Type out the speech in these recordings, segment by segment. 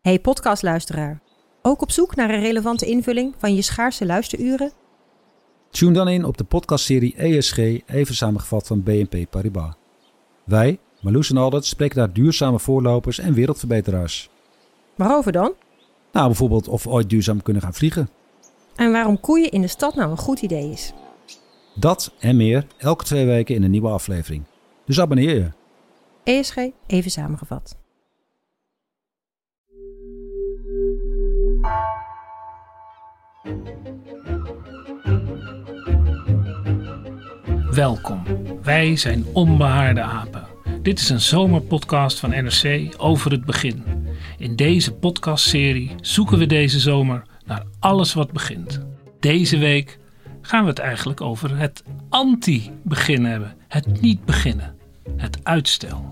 Hey podcastluisteraar, ook op zoek naar een relevante invulling van je schaarse luisteruren? Tune dan in op de podcastserie ESG, even samengevat van BNP Paribas. Wij, Marloes en Aldert, spreken daar duurzame voorlopers en wereldverbeteraars. Waarover dan? Nou, bijvoorbeeld of we ooit duurzaam kunnen gaan vliegen. En waarom koeien in de stad nou een goed idee is? Dat en meer elke 2 weken in een nieuwe aflevering. Dus abonneer je. ESG, even samengevat. Welkom, wij zijn Onbehaarde Apen. Dit is een zomerpodcast van NRC over het begin. In deze podcastserie zoeken we deze zomer naar alles wat begint. Deze week gaan we het eigenlijk over het anti-begin hebben. Het niet beginnen, het uitstel.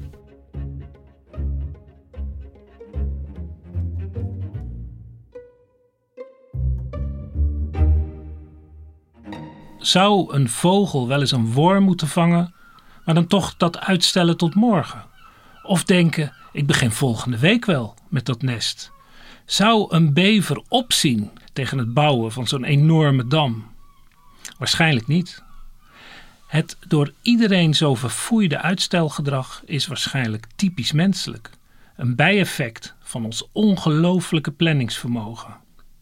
Zou een vogel wel eens een worm moeten vangen, maar dan toch dat uitstellen tot morgen? Of denken, ik begin volgende week wel met dat nest? Zou een bever opzien tegen het bouwen van zo'n enorme dam? Waarschijnlijk niet. Het door iedereen zo verfoeide uitstelgedrag is waarschijnlijk typisch menselijk. Een bijeffect van ons ongelooflijke planningsvermogen.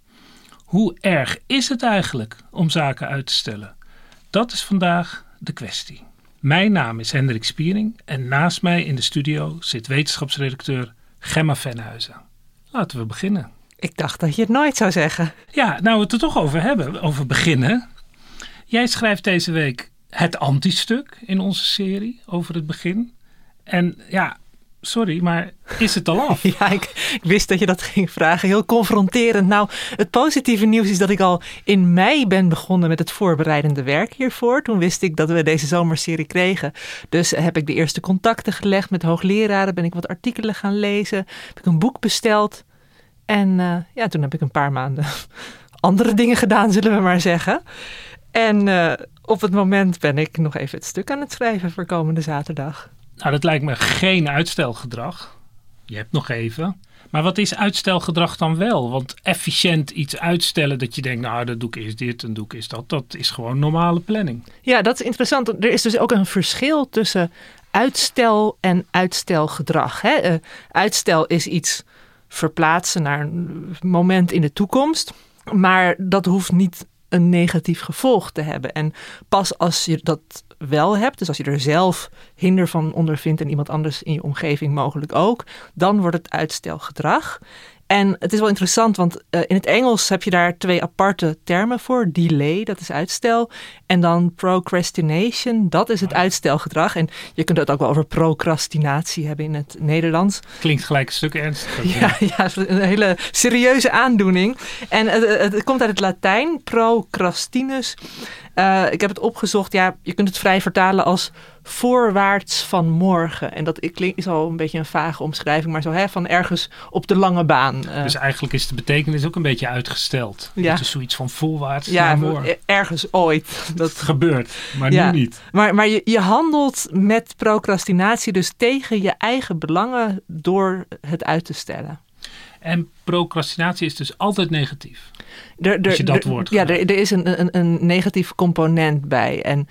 Hoe erg is het eigenlijk om zaken uit te stellen? Dat is vandaag de kwestie. Mijn naam is Hendrik Spiering en naast mij in de studio zit wetenschapsredacteur Gemma Venhuizen. Laten we beginnen. Ik dacht dat je het nooit zou zeggen. Ja, nou we het er toch over hebben, over beginnen. Jij schrijft deze week het anti-stuk in onze serie over het begin. En ja, sorry, maar is het al af? Ja, ik wist dat je dat ging vragen. Heel confronterend. Nou, het positieve nieuws is dat ik al in mei ben begonnen met het voorbereidende werk hiervoor. Toen wist ik dat we deze zomerserie kregen. Dus heb ik de eerste contacten gelegd met hoogleraren. Ben ik wat artikelen gaan lezen. Heb ik een boek besteld. En toen heb ik een paar maanden andere dingen gedaan, zullen we maar zeggen. En op het moment ben ik nog even het stuk aan het schrijven voor komende zaterdag. Nou, dat lijkt me geen uitstelgedrag. Je hebt nog even. Maar wat is uitstelgedrag dan wel? Want efficiënt iets uitstellen dat je denkt, nou, dan doe ik eerst dit en doe ik eerst dat. Dat is gewoon normale planning. Ja, dat is interessant. Er is dus ook een verschil tussen uitstel en uitstelgedrag. Hè? Uitstel is iets verplaatsen naar een moment in de toekomst. Maar dat hoeft niet een negatief gevolg te hebben. En pas als je dat wel hebt, dus als je er zelf hinder van ondervindt en iemand anders in je omgeving mogelijk ook, dan wordt het uitstelgedrag. En het is wel interessant, want in het Engels heb je daar 2 aparte termen voor. Delay, dat is uitstel. En dan procrastination, dat is het uitstelgedrag. En je kunt het ook wel over procrastinatie hebben in het Nederlands. Klinkt gelijk een stuk ernstiger. Ja, een hele serieuze aandoening. En het komt uit het Latijn, procrastinus. Ik heb het opgezocht. Ja, je kunt het vrij vertalen als voorwaarts van morgen. En dat is al een beetje een vage omschrijving, maar zo van ergens op de lange baan. Dus eigenlijk is de betekenis ook een beetje uitgesteld. Ja. Het is zoiets van voorwaarts naar morgen. Ergens ooit. Dat gebeurt, maar nu niet. Maar je handelt met procrastinatie dus tegen je eigen belangen door het uit te stellen. En procrastinatie is dus altijd negatief. Als je dat woord gebruikt. Ja, er is een negatief component bij. En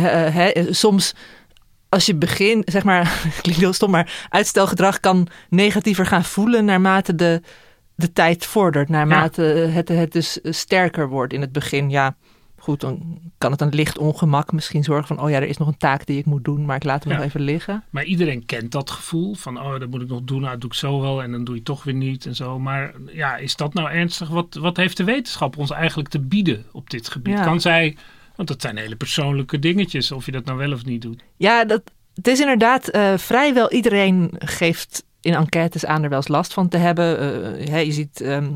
soms als je begint, zeg maar, klinkt heel stom, maar uitstelgedrag kan negatiever gaan voelen naarmate de tijd vordert. Naarmate het dus sterker wordt in het begin. Ja, goed, dan kan het een licht ongemak misschien zorgen van, er is nog een taak die ik moet doen, maar ik laat hem nog even liggen. Maar iedereen kent dat gevoel van, dat moet ik nog doen, dat doe ik zo wel en dan doe je toch weer niet en zo. Maar ja, is dat nou ernstig? Wat heeft de wetenschap ons eigenlijk te bieden op dit gebied? Ja. Kan zij, want dat zijn hele persoonlijke dingetjes, of je dat nou wel of niet doet. Ja, het is inderdaad vrijwel iedereen geeft in enquêtes aan er wel eens last van te hebben. Je ziet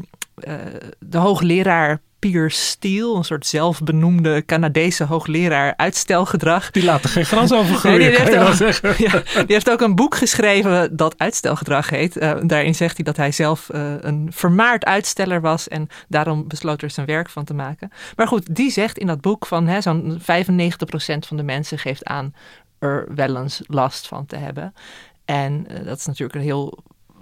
de hoogleraar Piers Steel, een soort zelfbenoemde Canadese hoogleraar uitstelgedrag. Die laat er geen gras over groeien, die heeft ook een boek geschreven dat uitstelgedrag heet. Daarin zegt hij dat hij zelf een vermaard uitsteller was en daarom besloot er zijn werk van te maken. Maar goed, die zegt in dat boek van zo'n 95% van de mensen geeft aan er wel eens last van te hebben. En dat is natuurlijk een heel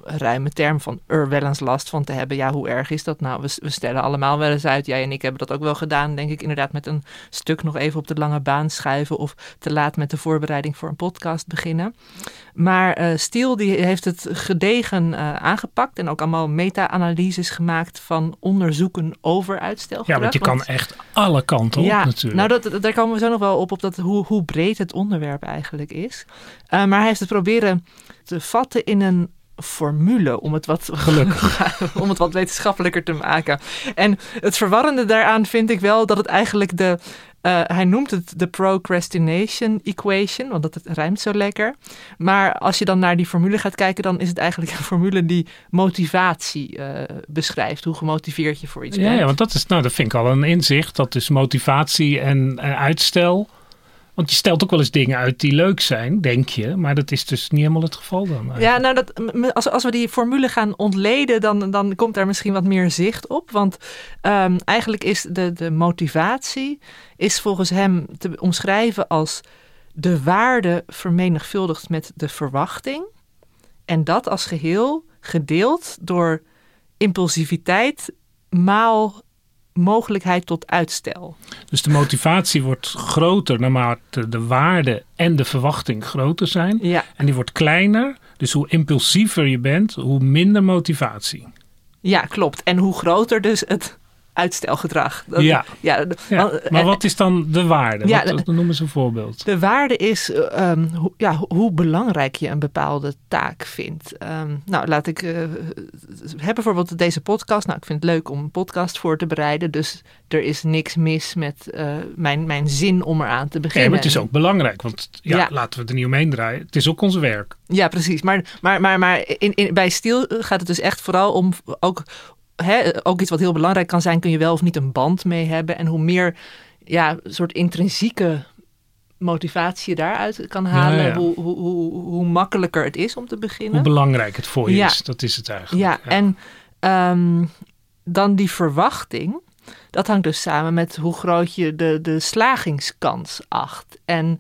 ruime term van er wel eens last van te hebben. Ja, hoe erg is dat nou? We stellen allemaal wel eens uit. Jij en ik hebben dat ook wel gedaan, denk ik. Inderdaad met een stuk nog even op de lange baan schuiven of te laat met de voorbereiding voor een podcast beginnen. Maar Steele die heeft het gedegen aangepakt en ook allemaal meta-analyses gemaakt van onderzoeken over uitstelgedrag. Ja, want je kan echt alle kanten op natuurlijk. Nou, daar komen we zo nog wel op dat hoe breed het onderwerp eigenlijk is. Maar hij heeft het proberen te vatten in een formule om het wat om het wat wetenschappelijker te maken. En het verwarrende daaraan vind ik wel dat het eigenlijk hij noemt het de procrastination equation, want dat het rijmt zo lekker. Maar als je dan naar die formule gaat kijken, dan is het eigenlijk een formule die motivatie beschrijft. Hoe gemotiveerd je voor iets bent. Ja, want dat vind ik al een inzicht. Dat is motivatie en uitstel. Want je stelt ook wel eens dingen uit die leuk zijn, denk je. Maar dat is dus niet helemaal het geval dan. Ja, nou, als we die formule gaan ontleden, dan komt daar misschien wat meer zicht op. Want eigenlijk is de motivatie is volgens hem te omschrijven als de waarde vermenigvuldigd met de verwachting. En dat als geheel gedeeld door impulsiviteit maal mogelijkheid tot uitstel. Dus de motivatie wordt groter naarmate de waarde en de verwachting groter zijn. Ja. En die wordt kleiner. Dus hoe impulsiever je bent, hoe minder motivatie. Ja, klopt. En hoe groter dus het uitstelgedrag. Maar wat is dan de waarde? Wat noemen ze een voorbeeld? De waarde is hoe belangrijk je een bepaalde taak vindt. Laat ik heb bijvoorbeeld deze podcast. Nou, ik vind het leuk om een podcast voor te bereiden. Dus er is niks mis met mijn zin om eraan te beginnen. Maar het is ook belangrijk. Want laten we er niet omheen draaien. Het is ook ons werk. Ja, precies. Maar bij Steele gaat het dus echt vooral om ook iets wat heel belangrijk kan zijn, kun je wel of niet een band mee hebben. En hoe meer soort intrinsieke motivatie je daaruit kan halen, hoe makkelijker het is om te beginnen. Hoe belangrijk het voor je is, dat is het eigenlijk. Ja. En dan die verwachting, dat hangt dus samen met hoe groot je de slagingskans acht. En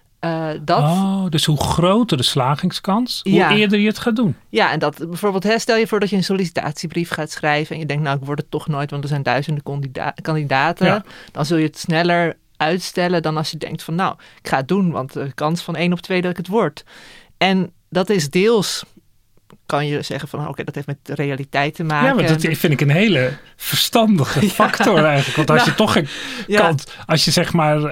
dus hoe groter de slagingskans, hoe eerder je het gaat doen. Ja, en dat bijvoorbeeld, stel je voor dat je een sollicitatiebrief gaat schrijven en je denkt, nou, ik word het toch nooit, want er zijn duizenden kandidaten. Ja. Dan zul je het sneller uitstellen dan als je denkt van, nou, ik ga het doen, want de kans van 1 op 2 dat ik het word. En dat is deels, kan je zeggen van, oké, dat heeft met de realiteit te maken. Ja, maar dat vind ik een hele verstandige factor eigenlijk. Want als je toch een kant, als je zeg maar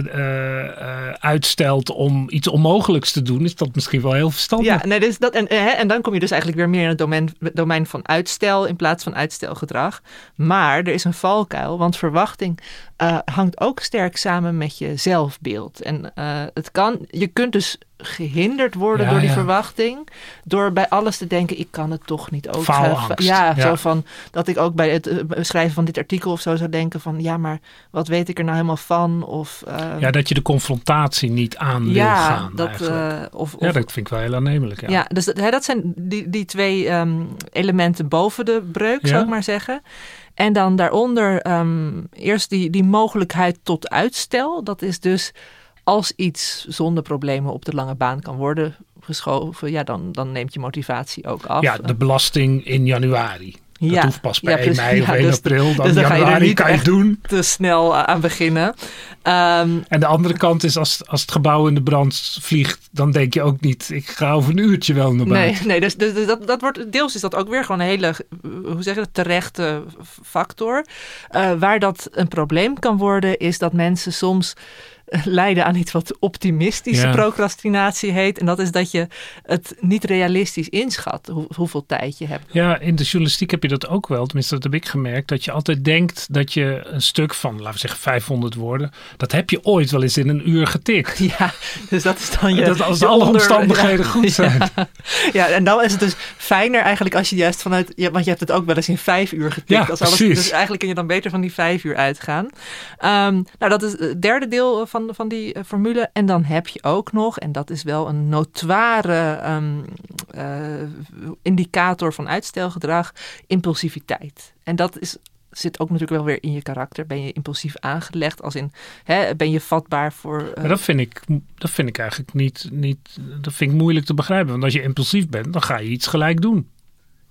uitstelt om iets onmogelijks te doen, is dat misschien wel heel verstandig. Ja, nee, dus dat, en dan kom je dus eigenlijk weer meer in het domein van uitstel in plaats van uitstelgedrag. Maar er is een valkuil, want verwachting hangt ook sterk samen met je zelfbeeld. En je kunt dus gehinderd worden door die verwachting, door bij alles te denken, ik kan het toch niet ook. Zo van, dat ik ook bij het schrijven van dit artikel of zo zou denken van, ja, maar wat weet ik er nou helemaal van? Of, dat je de confrontatie niet aan wil gaan. Dat vind ik wel heel aannemelijk. Ja, dus dat zijn die twee elementen boven de breuk, zou ik maar zeggen. En dan daaronder eerst die mogelijkheid tot uitstel. Dat is dus als iets zonder problemen op de lange baan kan worden geschoven, dan neemt je motivatie ook af. Ja, de belasting in januari. Dat hoeft pas bij 1 mei of 1 april. Dan januari kan je het doen. Te snel aan beginnen. En de andere kant is, als het gebouw in de brand vliegt, dan denk je ook niet, ik ga over een uurtje wel naar buiten. Nee, dus dat wordt, deels is dat ook weer gewoon een hele, terechte factor. Waar dat een probleem kan worden, is dat mensen soms lijden aan iets wat optimistische procrastinatie heet. En dat is dat je het niet realistisch inschat hoeveel tijd je hebt. Ja, in de journalistiek heb je dat ook wel. Tenminste, dat heb ik gemerkt. Dat je altijd denkt dat je een stuk van, laten we zeggen 500 woorden, dat heb je ooit wel eens in een uur getikt. Ja, dus dat is dan je... Dat als alle omstandigheden goed zijn. Ja, en dan is het dus fijner eigenlijk als je juist vanuit, want je hebt het ook wel eens in 5 uur getikt. Ja, precies. Dus eigenlijk kun je dan beter van die 5 uur uitgaan. Dat is het derde deel van die formule. En dan heb je ook nog, en dat is wel een notoire indicator van uitstelgedrag, impulsiviteit. En dat zit ook natuurlijk wel weer in je karakter. Ben je impulsief aangelegd, als in, ben je vatbaar voor... Maar dat vind ik eigenlijk niet, dat vind ik moeilijk te begrijpen. Want als je impulsief bent, dan ga je iets gelijk doen.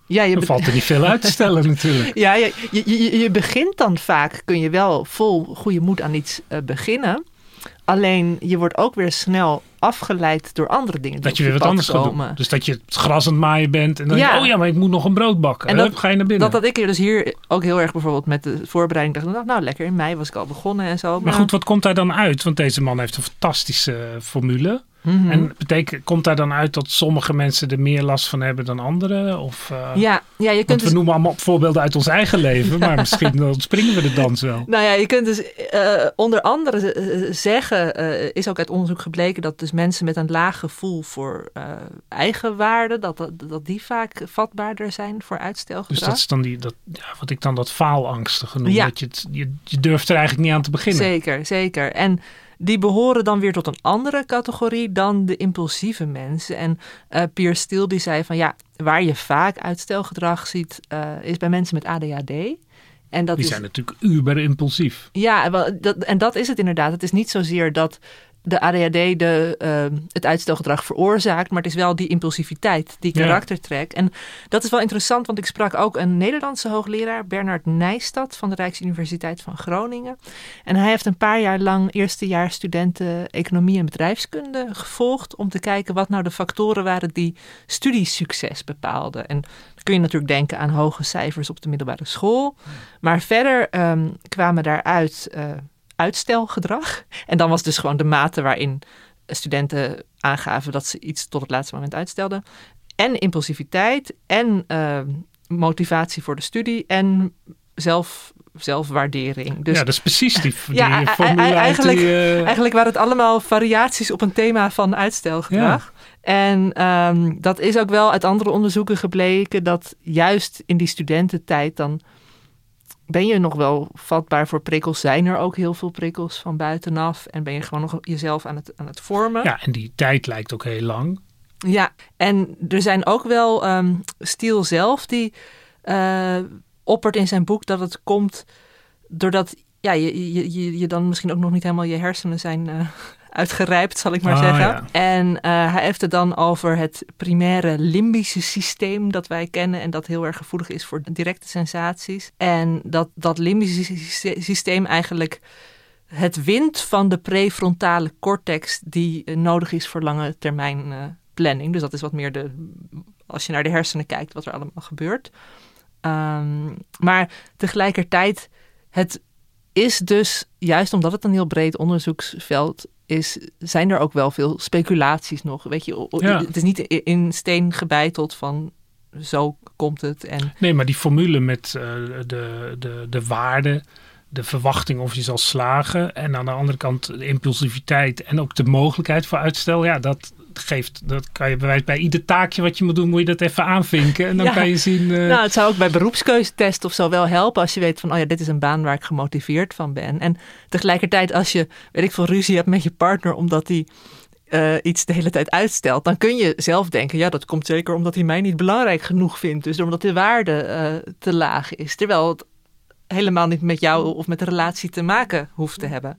Dan valt er niet veel uit te stellen natuurlijk. Ja, je begint dan vaak, kun je wel vol goede moed aan iets beginnen. Alleen je wordt ook weer snel afgeleid door andere dingen. Dat je weer wat anders gaat doen. Dus dat je het gras aan het maaien bent. En dan denk je, maar ik moet nog een brood bakken. En dan ga je naar binnen. Dat ik dus hier ook heel erg bijvoorbeeld met de voorbereiding dacht. Nou lekker, in mei was ik al begonnen en zo. Maar goed, wat komt daar dan uit? Want deze man heeft een fantastische formule. Mm-hmm. En komt daar dan uit dat sommige mensen er meer last van hebben dan anderen? Of, je kunt want we noemen allemaal voorbeelden uit ons eigen leven, maar misschien dan springen we de dans wel. Nou ja, je kunt dus onder andere zeggen, is ook uit onderzoek gebleken dat dus mensen met een laag gevoel voor eigenwaarde, dat die vaak vatbaarder zijn voor uitstelgedrag. Dus dat is dan wat ik dan dat faalangstige noem. Ja. Dat je durft er eigenlijk niet aan te beginnen. Zeker. En die behoren dan weer tot een andere categorie dan de impulsieve mensen. En Piers Steel die zei van waar je vaak uitstelgedrag ziet, is bij mensen met ADHD. En die zijn natuurlijk uber impulsief. Ja, en dat is het inderdaad. Het is niet zozeer dat de ADHD het uitstelgedrag veroorzaakt, maar het is wel die impulsiviteit, die karaktertrek. En dat is wel interessant, want ik sprak ook een Nederlandse hoogleraar, Bernard Nijstad van de Rijksuniversiteit van Groningen. En hij heeft een paar jaar lang eerstejaars studenten economie en bedrijfskunde gevolgd om te kijken wat nou de factoren waren die studiesucces bepaalden. En dan kun je natuurlijk denken aan hoge cijfers op de middelbare school, maar verder kwamen daaruit uitstelgedrag. En dan was dus gewoon de mate waarin studenten aangaven dat ze iets tot het laatste moment uitstelden. En impulsiviteit en motivatie voor de studie en zelfwaardering. Dus, dat is precies die formule. Eigenlijk waren het allemaal variaties op een thema van uitstelgedrag. Ja. En dat is ook wel uit andere onderzoeken gebleken dat juist in die studententijd dan ben je nog wel vatbaar voor prikkels? Zijn er ook heel veel prikkels van buitenaf? En ben je gewoon nog jezelf aan het vormen? Ja, en die tijd lijkt ook heel lang. Ja, en er zijn ook wel Steel zelf die oppert in zijn boek dat het komt doordat je dan misschien ook nog niet helemaal je hersenen zijn uitgerijpt, zal ik maar zeggen. Ja. En hij heeft het dan over het primaire limbische systeem dat wij kennen en dat heel erg gevoelig is voor directe sensaties. En dat limbische systeem eigenlijk het wint van de prefrontale cortex die nodig is voor lange termijn planning. Dus dat is wat meer als je naar de hersenen kijkt, wat er allemaal gebeurt. Maar tegelijkertijd, het is dus, juist omdat het een heel breed onderzoeksveld is, zijn er ook wel veel speculaties nog. Weet je, het is niet in steen gebeiteld van zo komt het. Nee, maar die formule met de waarde, de verwachting of je zal slagen en aan de andere kant de impulsiviteit en ook de mogelijkheid voor uitstel, dat kan je bij ieder taakje wat je moet doen, moet je dat even aanvinken. En dan kan je zien. Nou, het zou ook bij beroepskeuzetest of zo wel helpen als je weet van, dit is een baan waar ik gemotiveerd van ben. En tegelijkertijd als je, ruzie hebt met je partner omdat hij iets de hele tijd uitstelt, dan kun je zelf denken, dat komt zeker omdat hij mij niet belangrijk genoeg vindt. Dus omdat de waarde te laag is. Terwijl het helemaal niet met jou of met de relatie te maken hoeft te hebben.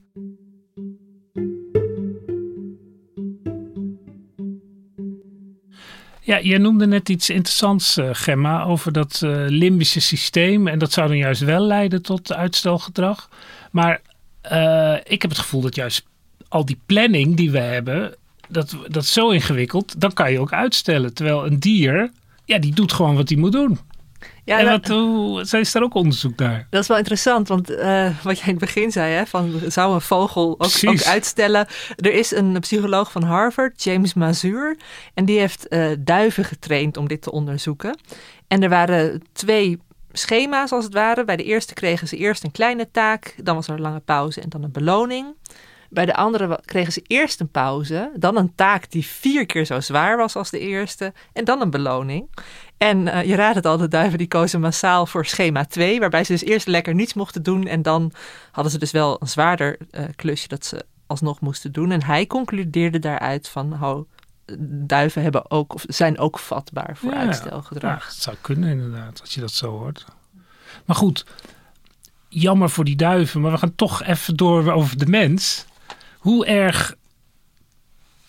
Ja, je noemde net iets interessants, Gemma, over dat limbische systeem. En dat zou dan juist wel leiden tot uitstelgedrag. Maar ik heb het gevoel dat juist al die planning die we hebben, dat is zo ingewikkeld, dan kan je ook uitstellen. Terwijl een dier, die doet gewoon wat hij moet doen. Ja, en is daar ook onderzoek naar? Dat is wel interessant, want wat jij in het begin zei, van zou een vogel ook uitstellen? Er is een psycholoog van Harvard, James Mazur, en die heeft duiven getraind om dit te onderzoeken. En er waren 2 schema's als het ware. Bij de eerste kregen ze eerst een kleine taak, dan was er een lange pauze en dan een beloning. Bij de andere kregen ze eerst een pauze, dan een taak die 4 keer zo zwaar was als de eerste en dan een beloning. En je raadt het al, de duiven die kozen massaal voor schema 2, waarbij ze dus eerst lekker niets mochten doen en dan hadden ze dus wel een zwaarder klusje dat ze alsnog moesten doen. En hij concludeerde daaruit van, duiven zijn ook vatbaar voor uitstelgedrag. Ja, dat zou kunnen inderdaad, als je dat zo hoort. Maar goed, jammer voor die duiven, maar we gaan toch even door over de mens. Hoe erg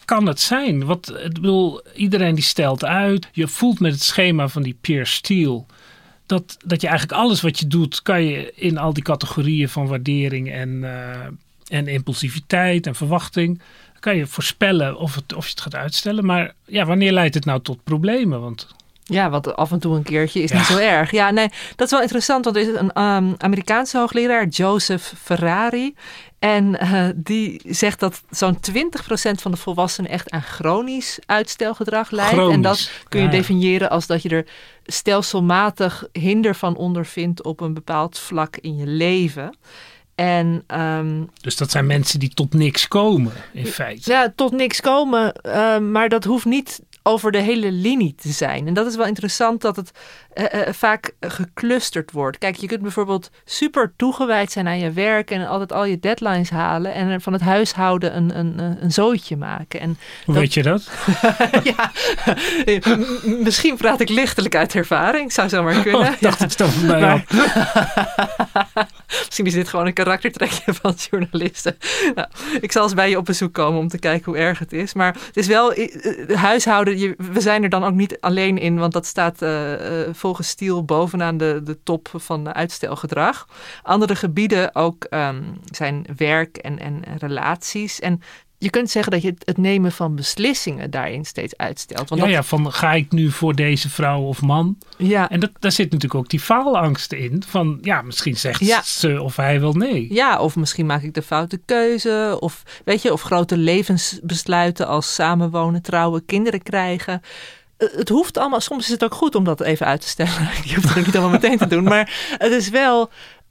kan het zijn? Ik bedoel, iedereen die stelt uit. Je voelt met het schema van die Piers Steel dat je eigenlijk alles wat je doet, kan je in al die categorieën van waardering en impulsiviteit en verwachting, kan je voorspellen of je het gaat uitstellen. Maar ja, wanneer leidt het nou tot problemen? Want af en toe een keertje is niet zo erg. Ja, nee, dat is wel interessant, want er is een Amerikaanse hoogleraar, Joseph Ferrari. En die zegt dat zo'n 20% van de volwassenen echt aan chronisch uitstelgedrag lijdt. En dat kun je definiëren als dat je er stelselmatig hinder van ondervindt op een bepaald vlak in je leven. En, dus dat zijn mensen die tot niks komen, in feite. Ja, tot niks komen, maar dat hoeft niet over de hele linie te zijn. En dat is wel interessant dat het vaak geclusterd wordt. Kijk, je kunt bijvoorbeeld super toegewijd zijn aan je werk en altijd al je deadlines halen en er van het huishouden een zootje maken. En hoe weet je dat? Ja, misschien praat ik lichtelijk uit ervaring. Zou zo maar kunnen. Ik dacht het toch bij mij. Misschien is dit gewoon een karaktertrekje van journalisten. Nou, ik zal eens bij je op bezoek komen om te kijken hoe erg het is. Maar het is wel huishouden. We zijn er dan ook niet alleen in, want dat staat volgens Steel bovenaan de top van uitstelgedrag. Andere gebieden ook zijn werk en relaties. En je kunt zeggen dat je het nemen van beslissingen daarin steeds uitstelt. Want van ga ik nu voor deze vrouw of man? Ja. En daar zit natuurlijk ook die faalangst in. Van misschien zegt ze of hij wel nee. Ja, of misschien maak ik de foute keuze. Of grote levensbesluiten als samenwonen, trouwen, kinderen krijgen. Het hoeft allemaal, soms is het ook goed om dat even uit te stellen. Je hoeft het niet allemaal meteen te doen. Maar het is wel,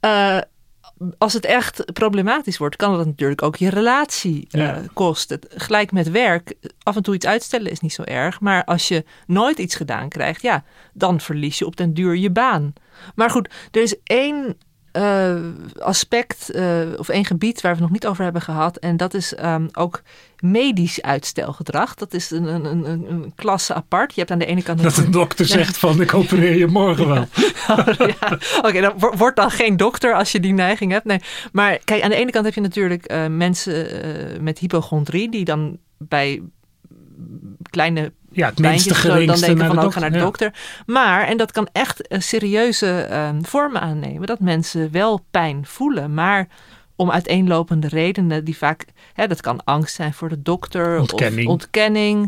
als het echt problematisch wordt, kan dat natuurlijk ook je relatie kosten. Gelijk met werk, af en toe iets uitstellen is niet zo erg. Maar als je nooit iets gedaan krijgt, dan verlies je op den duur je baan. Maar goed, er is één aspect of één gebied waar we het nog niet over hebben gehad. En dat is ook medisch uitstelgedrag. Dat is een klasse apart. Je hebt aan de ene kant dat een dokter zegt van ik opereer je morgen wel. Oké, dan word dan geen dokter als je die neiging hebt. Nee. Maar kijk, aan de ene kant heb je natuurlijk mensen met hypochondrie die dan bij kleine het minste geringste dan denken van ga naar de dokter. Maar, en dat kan echt een serieuze vorm aannemen, dat mensen wel pijn voelen, maar om uiteenlopende redenen die vaak, dat kan angst zijn voor de dokter of ontkenning,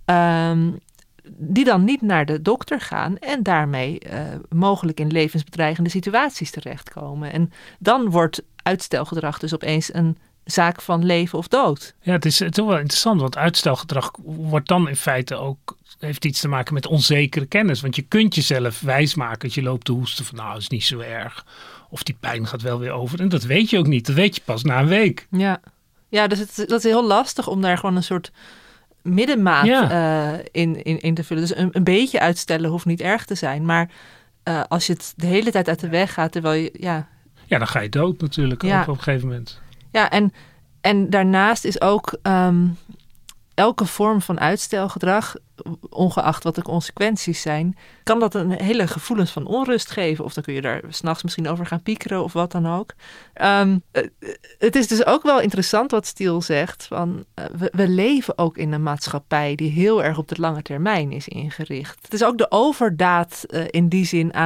die dan niet naar de dokter gaan en daarmee mogelijk in levensbedreigende situaties terechtkomen. En dan wordt uitstelgedrag dus opeens een zaak van leven of dood. Ja, het is toch wel interessant, want uitstelgedrag wordt dan in feite ook, heeft iets te maken met onzekere kennis. Want je kunt jezelf wijsmaken als je loopt te hoesten van dat is niet zo erg. Of die pijn gaat wel weer over. En dat weet je ook niet. Dat weet je pas na een week. Ja, dus dat is heel lastig om daar gewoon een soort middenmaat in te vullen. Dus een beetje uitstellen hoeft niet erg te zijn. Maar als je het de hele tijd uit de weg gaat, terwijl je... Ja, dan ga je dood natuurlijk ook op een gegeven moment. Ja, en daarnaast is ook elke vorm van uitstelgedrag, ongeacht wat de consequenties zijn, kan dat een hele gevoelens van onrust geven. Of dan kun je daar 's nachts misschien over gaan piekeren of wat dan ook. Het is dus ook wel interessant wat Steel zegt. Van, we leven ook in een maatschappij die heel erg op de lange termijn is ingericht. Het is ook de overdaad in die zin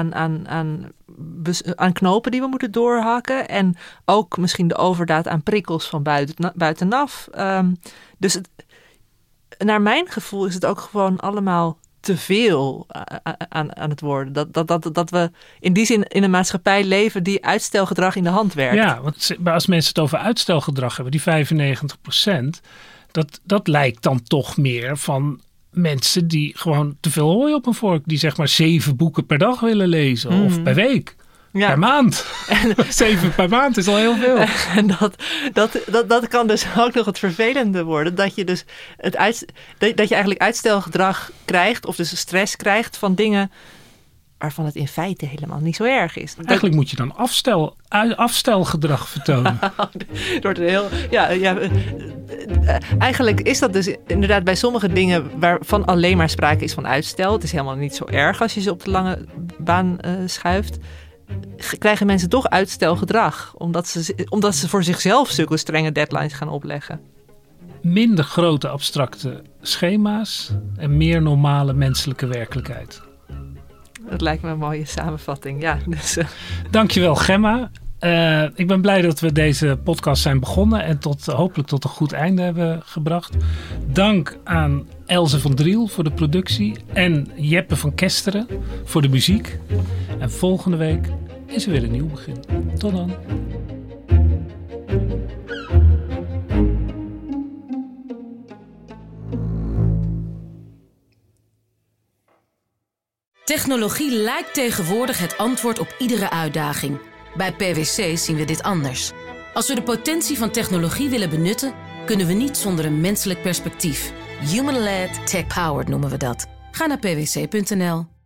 aan knopen die we moeten doorhakken. En ook misschien de overdaad aan prikkels van buitenaf. Dus naar mijn gevoel is het ook gewoon allemaal te veel aan het worden. Dat we in die zin in een maatschappij leven die uitstelgedrag in de hand werkt. Ja, want als mensen het over uitstelgedrag hebben, die 95%, dat lijkt dan toch meer van mensen die gewoon te veel hooi op een vork, die zeg maar 7 boeken per dag willen lezen of per week. Ja. Per maand. 7 per maand is al heel veel. En dat kan dus ook nog het vervelende worden. Dat je dus dat je eigenlijk uitstelgedrag krijgt, of dus stress krijgt van dingen waarvan het in feite helemaal niet zo erg is. Eigenlijk moet je dan afstelgedrag vertonen. Het wordt heel, eigenlijk is dat dus inderdaad bij sommige dingen waarvan alleen maar sprake is van uitstel. Het is helemaal niet zo erg als je ze op de lange baan schuift. Krijgen mensen toch uitstelgedrag. Omdat ze voor zichzelf zulke strenge deadlines gaan opleggen. minder grote abstracte schema's en meer normale menselijke werkelijkheid. Dat lijkt me een mooie samenvatting. Ja, dus, Dankjewel, Gemma. Ik ben blij dat we deze podcast zijn begonnen en hopelijk tot een goed einde hebben gebracht. Dank aan Else van Driel voor de productie en Jeppe van Kesteren voor de muziek. En volgende week is er weer een nieuw begin. Tot dan. Technologie lijkt tegenwoordig het antwoord op iedere uitdaging. Bij PwC zien we dit anders. Als we de potentie van technologie willen benutten, kunnen we niet zonder een menselijk perspectief. Human-led, tech-powered noemen we dat. Ga naar pwc.nl.